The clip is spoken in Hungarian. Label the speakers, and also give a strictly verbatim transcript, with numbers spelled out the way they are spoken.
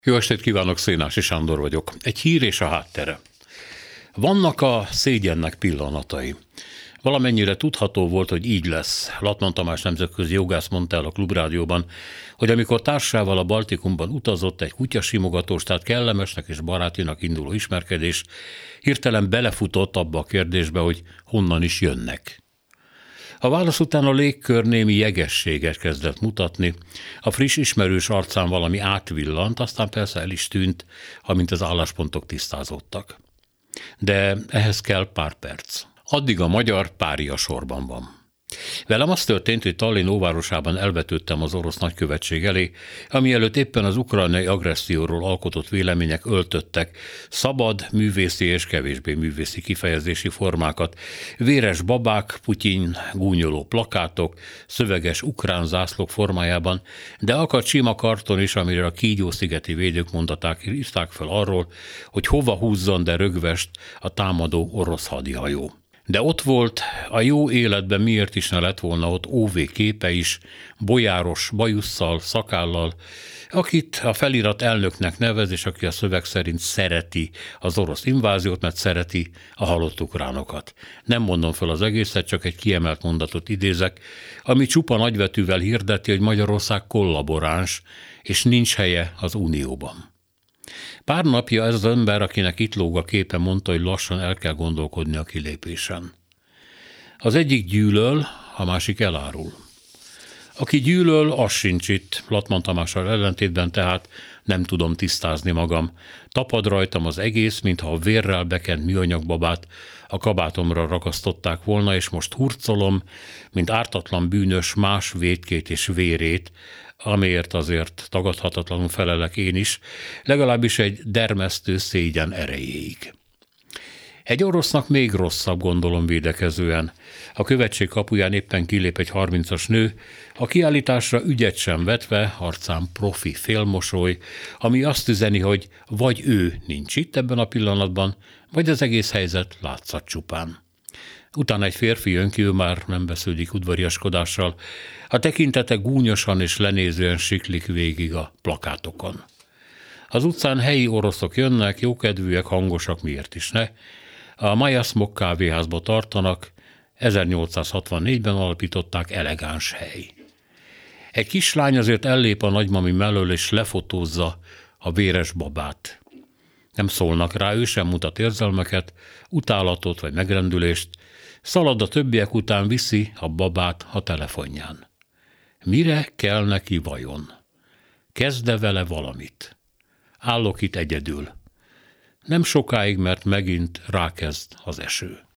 Speaker 1: Jó estét kívánok, Szénási Sándor vagyok. Egy hír és a háttere. Vannak a szégyennek pillanatai. Valamennyire tudható volt, hogy így lesz. Latman Tamás nemzetközi jogász mondta el a Klubrádióban, hogy amikor társával a Baltikumban utazott, egy kutyasimogatós, tehát kellemesnek és barátinak induló ismerkedés, hirtelen belefutott abba a kérdésbe, hogy honnan is jönnek. A válasz után a légkör némi jegességet kezdett mutatni, a friss ismerős arcán valami átvillant, aztán persze el is tűnt, amint az álláspontok tisztázódtak. De ehhez kell pár perc. Addig a magyar pária sorban van. Velem az történt, hogy Tallinn óvárosában elvetődtem az orosz nagykövetség elé, ami előtt éppen az ukrajnai agresszióról alkotott vélemények öltöttek szabad, művészi és kevésbé művészi kifejezési formákat, véres babák, Putyin gúnyoló plakátok, szöveges ukrán zászlók formájában, de akadt sima karton is, amire a Kígyó-szigeti védők mondaták írták fel arról, hogy hova húzzon de rögvest a támadó orosz hadihajó. De ott volt, a jó életben miért is ne lett volna ott ó vé képe is, bojáros bajusszal, szakállal, akit a felirat elnöknek nevez, és aki a szöveg szerint szereti az orosz inváziót, mert szereti a halott ukránokat. Nem mondom fel az egészet, csak egy kiemelt mondatot idézek, ami csupa nagybetűvel hirdeti, hogy Magyarország kollaboráns, és nincs helye az Unióban. Pár napja ez az ember, akinek itt lóg a képe, mondta, hogy lassan el kell gondolkodni a kilépésen. Az egyik gyűlöl, a másik elárul. Aki gyűlöl, az sincs itt, Latman Tamással ellentétben, tehát nem tudom tisztázni magam. Tapad rajtam az egész, mintha a vérrel bekent műanyagbabát a kabátomra ragasztották volna, és most hurcolom, mint ártatlan bűnös más vétkét és vérét, amiért azért tagadhatatlanul felelek én is, legalábbis egy dermesztő szégyen erejéig. Egy orosznak még rosszabb, gondolom védekezően. A követség kapuján éppen kilép egy harmincas nő, a kiállításra ügyet sem vetve, arcán profi félmosoly, ami azt üzeni, hogy vagy ő nincs itt ebben a pillanatban, vagy az egész helyzet látszat csupán. Utána egy férfi jön ki, ő már nem besződik udvariaskodással, a tekintete gúnyosan és lenézően siklik végig a plakátokon. Az utcán helyi oroszok jönnek, jókedvűek, hangosak, miért is ne. A Maja Smok kávéházba tartanak, ezernyolcszázhatvannégyben alapították, elegáns hely. Egy kislány azért ellép a nagymami mellől és lefotózza a véres babát. Nem szólnak rá, ő sem mutat érzelmeket, utálatot vagy megrendülést, szalad a többiek után, viszi a babát a telefonján. Mire kell neki vajon? Kezde vele valamit. Állok itt egyedül. Nem sokáig, mert megint rákezd az eső.